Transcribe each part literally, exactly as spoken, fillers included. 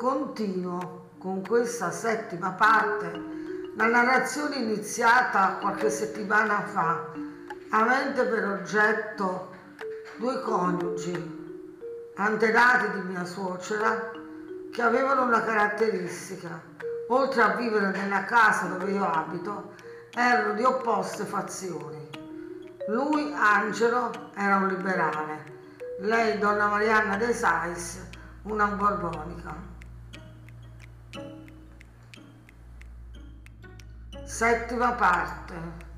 Continuo con questa settima parte la narrazione iniziata qualche settimana fa, avente per oggetto due coniugi, antenati di mia suocera, che avevano una caratteristica: oltre a vivere nella casa dove io abito, erano di opposte fazioni. Lui, Angelo, era un liberale, lei, donna Marianna de Sais, una borbonica. Settima parte.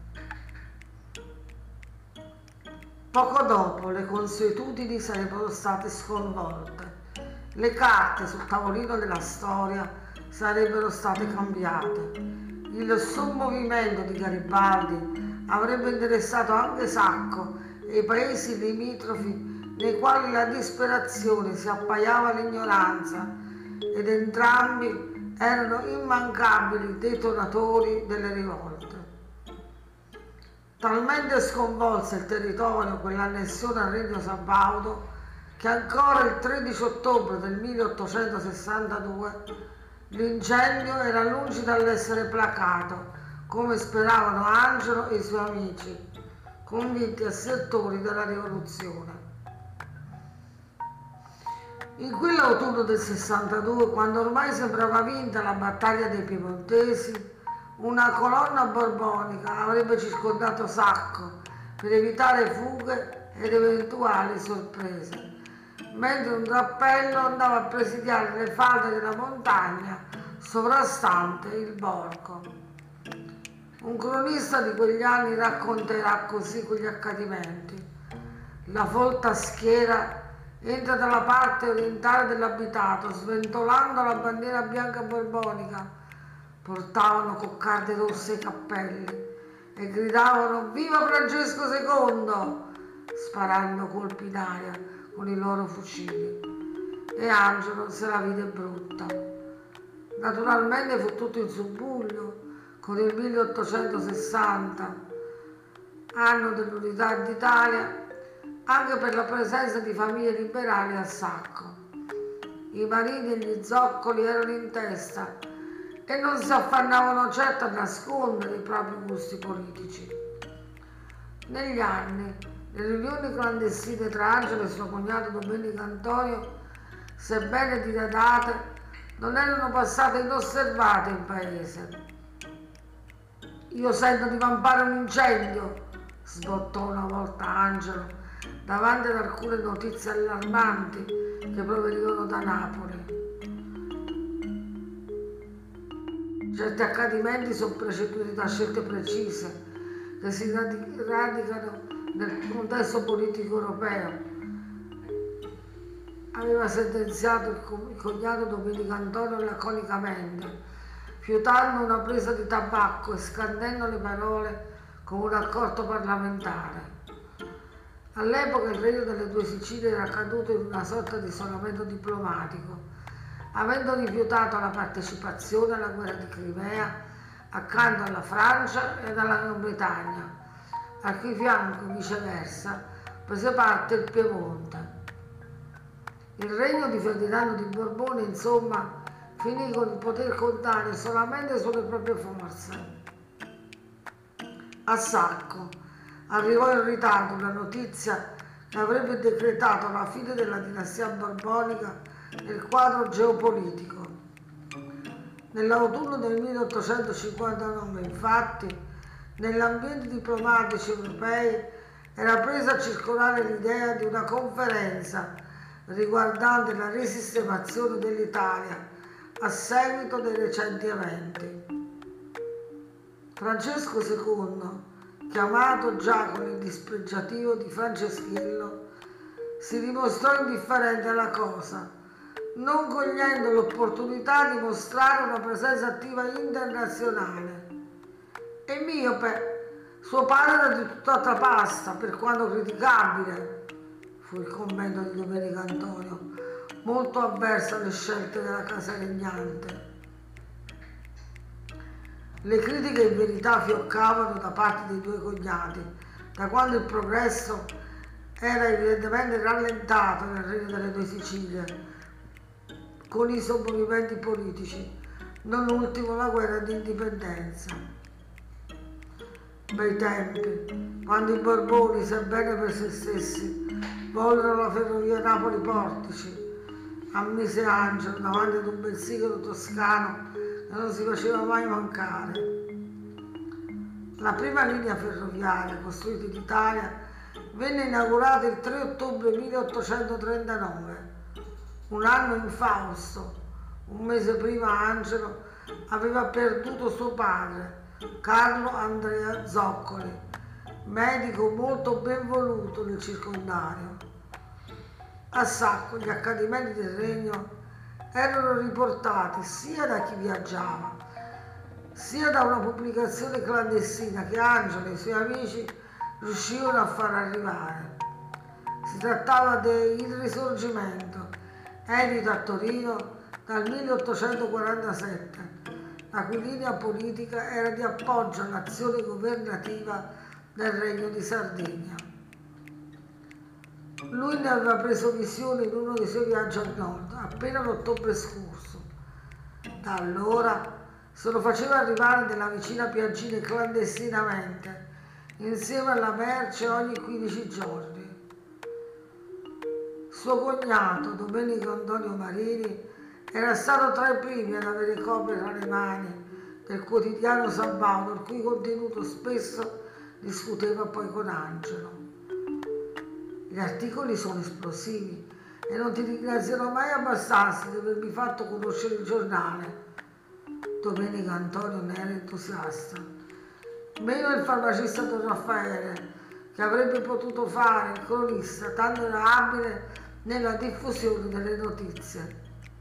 Poco dopo le consuetudini sarebbero state sconvolte, le carte sul tavolino della storia sarebbero state cambiate, il sommovimento di Garibaldi avrebbe interessato anche Sacco e i paesi limitrofi nei quali la disperazione si appaiava l'ignoranza, ed entrambi erano immancabili detonatori delle rivolte. Talmente sconvolse il territorio quell'annessione al Regno Sabaudo che ancora il tredici ottobre del milleottocentosessantadue l'incendio era lungi dall'essere placato, come speravano Angelo e i suoi amici, convinti assertori della rivoluzione. In quell'autunno del sessantadue, quando ormai sembrava vinta la battaglia dei Piemontesi, una colonna borbonica avrebbe circondato Sacco per evitare fughe ed eventuali sorprese, mentre un drappello andava a presidiare le falde della montagna sovrastante il Borgo. Un cronista di quegli anni racconterà così quegli accadimenti. La folta schiera entra dalla parte orientale dell'abitato, sventolando la bandiera bianca borbonica. Portavano coccarde rosse ai cappelli e gridavano «Viva Francesco secondo!», sparando colpi d'aria con i loro fucili. E Angelo se la vide brutta. Naturalmente fu tutto in subbuglio con il milleottocentosessanta, anno dell'unità d'Italia, anche per la presenza di famiglie liberali a Sacco. I marini e gli zoccoli erano in testa e non si affannavano certo a nascondere i propri gusti politici. Negli anni, le riunioni clandestine tra Angelo e suo cognato Domenico Antonio, sebbene diradate, non erano passate inosservate in paese. «Io sento di vampare un incendio», sbottò una volta Angelo davanti ad alcune notizie allarmanti che provenivano da Napoli. Certi accadimenti sono preceduti da scelte precise che si radicano nel contesto politico europeo, aveva sentenziato il cognato Domenico Antonio laconicamente, fiutando una presa di tabacco e scandendo le parole come un accordo parlamentare. All'epoca il regno delle due Sicilie era caduto in una sorta di isolamento diplomatico, avendo rifiutato la partecipazione alla guerra di Crimea accanto alla Francia e alla Gran Bretagna, al cui fianco viceversa prese parte il Piemonte. Il regno di Ferdinando di Borbone, insomma, finì con il poter contare solamente sulle proprie forze. A Sacco arrivò in ritardo una notizia che avrebbe decretato la fine della dinastia borbonica nel quadro geopolitico. Nell'autunno del milleottocentocinquantanove, infatti, negli ambienti diplomatici europei era presa a circolare l'idea di una conferenza riguardante la risistemazione dell'Italia a seguito dei recenti eventi. Francesco secondo, chiamato già con il dispregiativo di Franceschillo, si dimostrò indifferente alla cosa, non cogliendo l'opportunità di mostrare una presenza attiva internazionale. E miope, suo padre era di tutt'altra pasta, per quanto criticabile, fu il commento di Domenico Antonio, molto avverso alle scelte della casa regnante. Le critiche in verità fioccavano da parte dei due cognati, da quando il progresso era evidentemente rallentato nel regno delle due Sicilie, con i suoi movimenti politici, non ultimo la guerra di indipendenza. Bei tempi, quando i Borboni, sebbene per se stessi, vollero la ferrovia Napoli-Portici, a Mise Angelo davanti ad un bel sigaro toscano che non si faceva mai mancare. La prima linea ferroviaria costruita in Italia venne inaugurata il tre ottobre milleottocentotrentanove, un anno infausto. Un mese prima Angelo aveva perduto suo padre, Carlo Andrea Zoccoli, medico molto ben voluto nel circondario. A Sacco gli accadimenti del regno erano riportati sia da chi viaggiava, sia da una pubblicazione clandestina che Angelo e i suoi amici riuscivano a far arrivare. Si trattava de Il Risorgimento, edito a Torino dal milleottocentoquarantasette, la cui linea politica era di appoggio all'azione governativa del Regno di Sardegna. Lui ne aveva preso visione in uno dei suoi viaggi al nord, appena l'ottobre scorso. Da allora se lo faceva arrivare nella vicina Piagine clandestinamente, insieme alla merce ogni quindici giorni. Suo cognato, Domenico Antonio Marini, era stato tra i primi ad avere copie tra le mani del quotidiano Sabaudo, il cui contenuto spesso discuteva poi con Angelo. Gli articoli sono esplosivi e non ti ringrazierò mai abbastanza di avermi fatto conoscere il giornale. Domenico Antonio ne era entusiasta. Meno il farmacista Don Raffaele, che avrebbe potuto fare il cronista, tanto era abile nella diffusione delle notizie.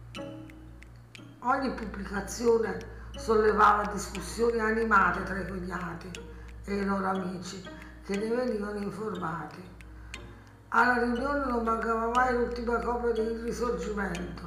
Ogni pubblicazione sollevava discussioni animate tra i cognati e i loro amici che ne venivano informati. Alla riunione non mancava mai l'ultima copia del Risorgimento.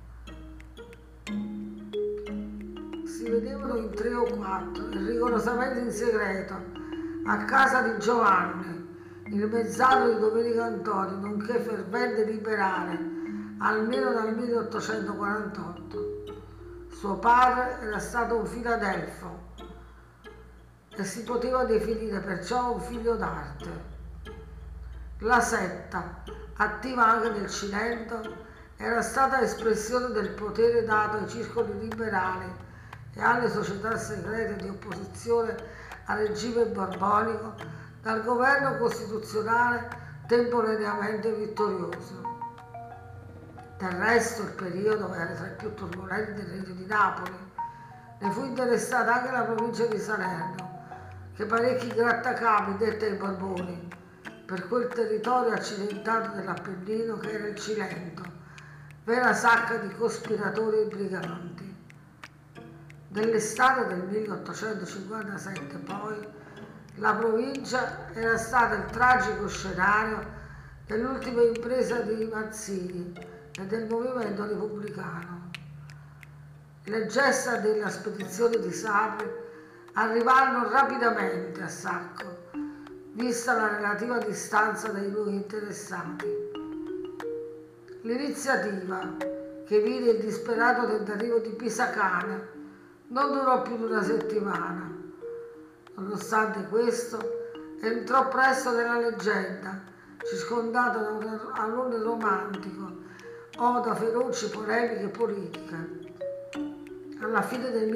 Si vedevano in tre o quattro, rigorosamente in segreto, a casa di Giovanni, il mezzato di Domenico Antonio, nonché fervente liberale, almeno dal milleottocentoquarantotto. Suo padre era stato un filadelfo e si poteva definire perciò un figlio d'arte. La setta, attiva anche nel Cilento, era stata espressione del potere dato ai circoli liberali e alle società segrete di opposizione al regime borbonico dal governo costituzionale temporaneamente vittorioso. Del resto il periodo era tra i più turbolenti del Regno di Napoli. Ne fu interessata anche la provincia di Salerno, che parecchi grattacapi dette ai Borboni, per quel territorio accidentato dell'Appennino che era il Cilento, vera sacca di cospiratori e briganti. Nell'estate del milleottocentocinquantasette, poi, la provincia era stata il tragico scenario dell'ultima impresa di Mazzini e del movimento repubblicano. Le gesta della spedizione di Sapri arrivarono rapidamente a Sacco, vista la relativa distanza dai luoghi interessati. L'iniziativa, che vide il disperato tentativo di Pisacane, non durò più di una settimana. Nonostante questo, entrò presto nella leggenda, circondata da un alone romantico o da feroci polemiche politiche. Alla fine del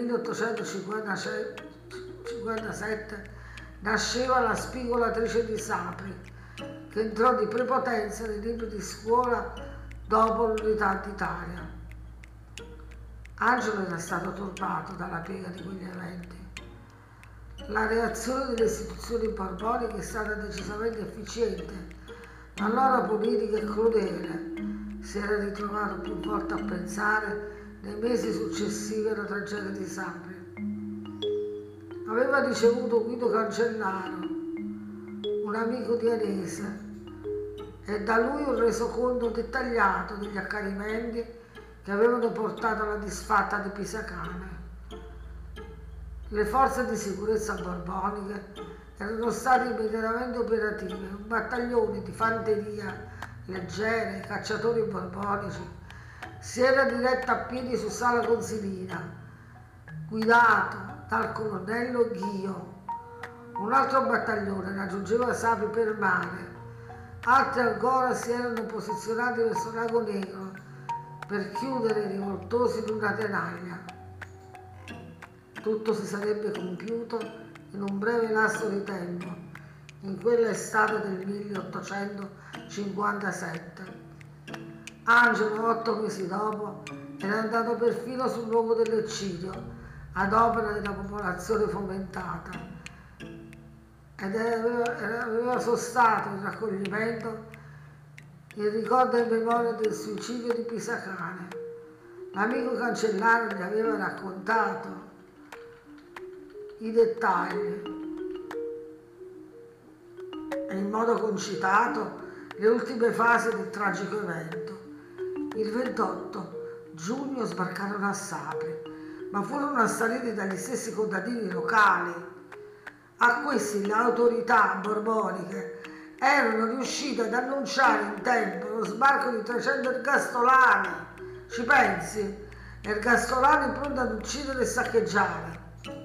milleottocentocinquantasette nasceva la spigolatrice di Sapri, che entrò di prepotenza nei libri di scuola dopo l'unità d'Italia. Angelo era stato turbato dalla piega di quegli eventi. La reazione delle istituzioni borboniche è stata decisamente efficiente, ma la loro politica è crudele. Si era ritrovato più volte a pensare nei mesi successivi alla tragedia di Sapri. Aveva ricevuto Guido Cancellaro, un amico di Arese, e da lui un resoconto dettagliato degli accadimenti che avevano portato alla disfatta di Pisacane. Le forze di sicurezza borboniche erano state immediatamente operative. Un battaglione di fanteria leggera, i cacciatori borbonici, si era diretto a piedi su Sala Consilina, guidato dal colonnello Ghio. Un altro battaglione raggiungeva Sapri per mare, altri ancora si erano posizionati verso il Lago Negro per chiudere i rivoltosi in una tenaglia. Tutto si sarebbe compiuto in un breve lasso di tempo, in quella estate del milleottocentocinquantasette. Angelo, otto mesi dopo, era andato perfino sul luogo dell'eccidio, ad opera della popolazione fomentata, ed aveva, aveva sostato il raccoglimento il ricordo in memoria del suicidio di Pisacane. L'amico Cancellara gli aveva raccontato i dettagli e in modo concitato le ultime fasi del tragico evento. Il ventotto giugno sbarcarono a Sapri, ma furono assaliti dagli stessi contadini locali. A questi le autorità borboniche erano riuscite ad annunciare in tempo lo sbarco di trecento ergastolani. Ci pensi? Ergastolani pronti ad uccidere e saccheggiare.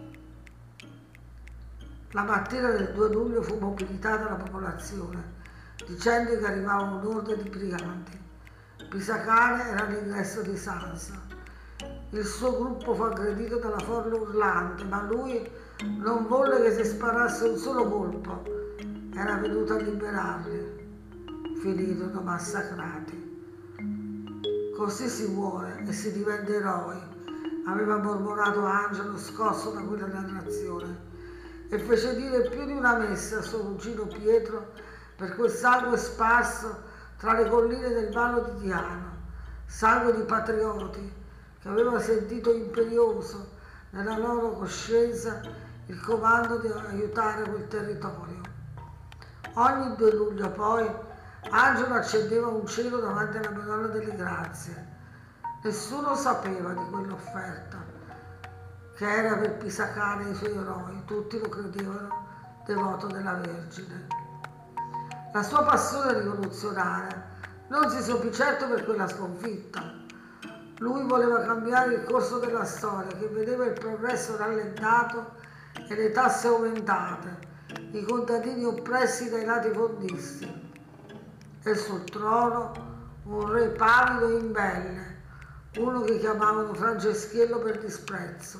La mattina del due luglio fu mobilitata la popolazione, dicendo che arrivava un'orda di briganti. Pisacane era all'ingresso di Sansa. Il suo gruppo fu aggredito dalla folla urlante, ma lui non volle che si sparasse un solo colpo. Era venuto a liberarli. Finirono massacrati. Così si muore e si diventa eroi, aveva mormorato Angelo, scosso da quella narrazione, e fece dire più di una messa a suo cugino Pietro per quel sangue sparso tra le colline del Vallo di Diano, sangue di patrioti che aveva sentito imperioso nella loro coscienza il comando di aiutare quel territorio. Ogni due luglio poi Angelo accendeva un cielo davanti alla Madonna delle Grazie. Nessuno sapeva di quell'offerta che era per Pisacane e i suoi eroi, tutti lo credevano devoto della Vergine. La sua passione rivoluzionaria non si sopì certo per quella sconfitta. Lui voleva cambiare il corso della storia, che vedeva il progresso rallentato e le tasse aumentate, i contadini oppressi dai latifondisti, e sul trono un re pavido e imbelle, uno che chiamavano Franceschiello per disprezzo.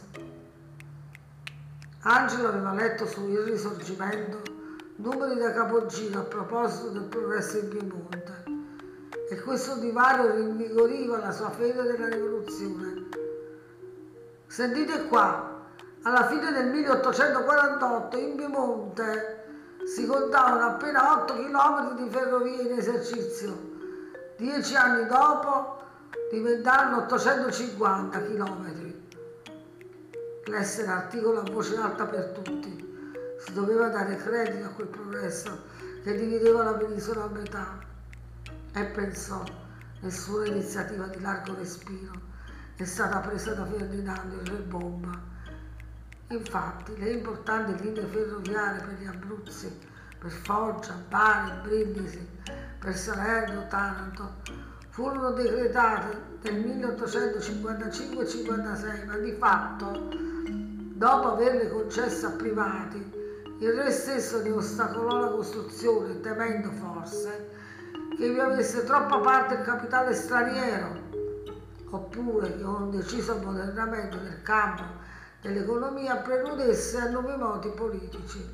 Angelo aveva letto su Il Risorgimento numeri da capogiro a proposito del progresso in Piemonte, e questo divario rinvigoriva la sua fede della rivoluzione. Sentite qua, alla fine del milleottocentoquarantotto in Piemonte si contavano appena otto chilometri di ferrovie in esercizio. Dieci anni dopo diventarono ottocentocinquanta chilometri. Lesse l'articolo a voce alta per tutti. Si doveva dare credito a quel progresso che divideva la penisola a metà. E pensò, nessuna iniziativa di largo respiro è stata presa da Ferdinando il re bomba. Infatti le importanti linee ferroviarie per gli Abruzzi, per Foggia, Bari, Brindisi, per Salerno, Taranto, furono decretate nel milleottocentocinquantacinque cinquantasei, ma di fatto, dopo averle concesse a privati, il re stesso ne ostacolò la costruzione, temendo forse che vi avesse troppa parte il capitale straniero, oppure che un deciso ammodernamento del campo dell'economia preludesse a nuovi moti politici.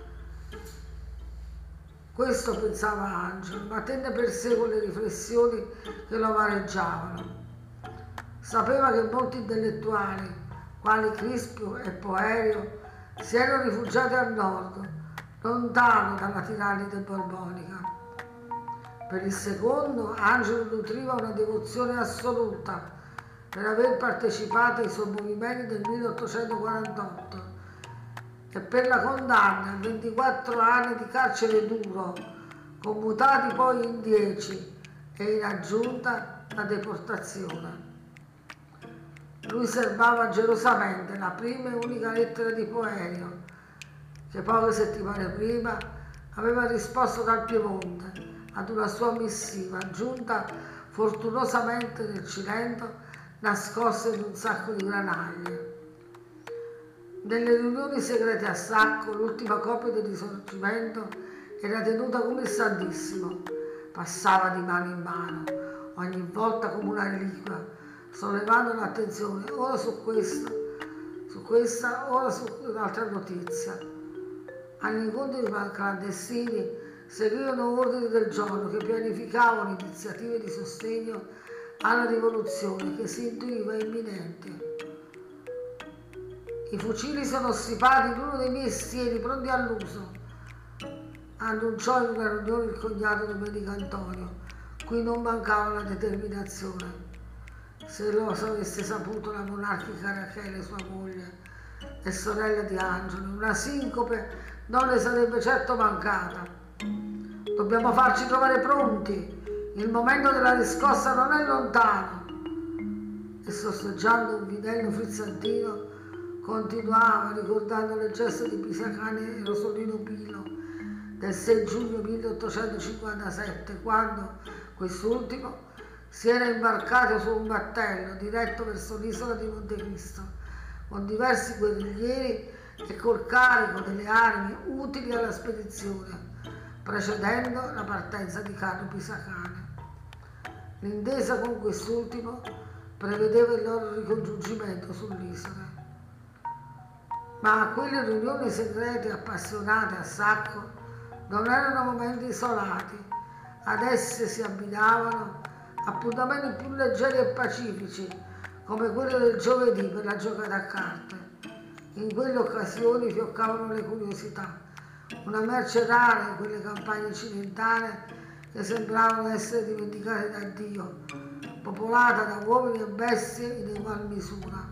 Questo pensava Angelo, ma tenne per sé quelle riflessioni che lo amareggiavano. Sapeva che molti intellettuali, quali Crispio e Poerio, si erano rifugiati al nord, lontano dalla tirannide borbonica. Per il secondo, Angelo nutriva una devozione assoluta per aver partecipato ai suoi movimenti del milleottocentoquarantotto e per la condanna a ventiquattro anni di carcere duro, commutati poi in dieci, e in aggiunta la deportazione. Lui serbava gelosamente la prima e unica lettera di Poerio, che poche settimane prima aveva risposto dal Piemonte ad una sua missiva giunta fortunosamente nel Cilento, nascoste in un sacco di granaglie. Nelle riunioni segrete a Sacco, l'ultima copia del risorgimento era tenuta come il Santissimo, passava di mano in mano, ogni volta come una reliquia, sollevando l'attenzione ora su questa, su questa, ora su un'altra notizia. Agli incontri clandestini seguivano ordini del giorno che pianificavano iniziative di sostegno alla rivoluzione che si intuiva imminente. I fucili sono stipati in uno dei miei stieri pronti all'uso, annunciò in una riunione il cognato Domenico Antonio, cui non mancava la determinazione. Se lo avesse saputo la monarchica Rachele, sua moglie e sorella di Angelo, una sincope non le sarebbe certo mancata. Dobbiamo farci trovare pronti, il momento della riscossa non è lontano. E sosteggiando un vitello frizzantino continuava ricordando le gesta di Pisacane e Rosolino Pilo del sei giugno milleottocentocinquantasette, quando quest'ultimo si era imbarcato su un battello diretto verso l'isola di Montecristo con diversi guerriglieri e col carico delle armi utili alla spedizione, precedendo la partenza di Carlo Pisacane. L'intesa con quest'ultimo prevedeva il loro ricongiungimento sull'isola. Ma a quelle riunioni segrete appassionate a Sacco non erano momenti isolati, ad esse si abbinavano appuntamenti più leggeri e pacifici, come quello del giovedì per la giocata a carte. In quelle occasioni fioccavano le curiosità, una merce rara in quelle campagne cilentane che sembravano essere dimenticate da Dio, popolata da uomini e bestie in egual misura.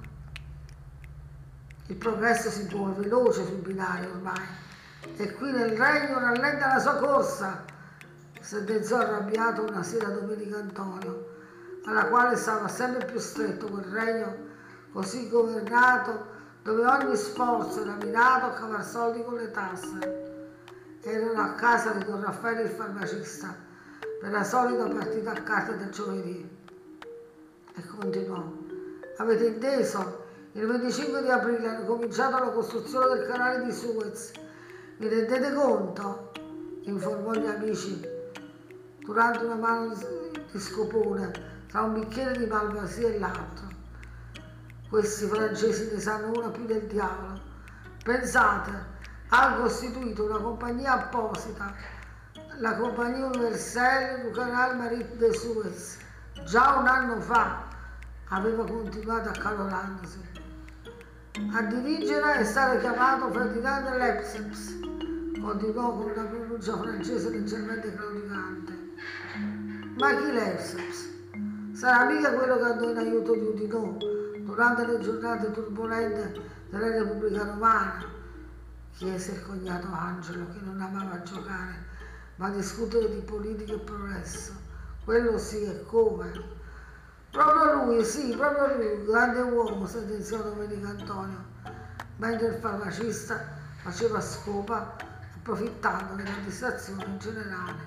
Il progresso si muove veloce sui binari ormai, e qui nel regno rallenta la sua corsa, sentenziò arrabbiato una sera Domenico Antonio, alla quale stava sempre più stretto quel regno così governato, dove ogni sforzo era mirato a cavar soldi con le tasse. Erano a casa di Don Raffaele il farmacista per la solita partita a carte del giovedì. E continuò: avete inteso? Il venticinque di aprile hanno cominciato la costruzione del canale di Suez. Vi rendete conto? Informò gli amici durante una mano di scopone tra un bicchiere di Malvasia e l'altro. Questi francesi ne sanno una più del diavolo. Pensate, hanno costituito una compagnia apposita, la Compagnia Universelle du Canal Maritime de Suez, già un anno fa, aveva continuato accalorandosi. A dirigere è stato chiamato Ferdinand Lesseps, continuò con una pronuncia francese leggermente claudicante. Ma chi Lesseps? Sarà mica quello che andò in aiuto di Oudinot durante le giornate turbolente della Repubblica Romana? Chiese il cognato Angelo, che non amava giocare, ma discutere di politica e progresso. Quello sì, e come? Proprio lui, sì, proprio lui, grande uomo, sentenziò Domenico Antonio, mentre il farmacista faceva scopa, approfittando della distrazione in generale.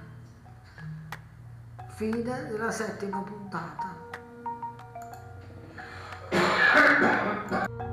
Fine della settima puntata.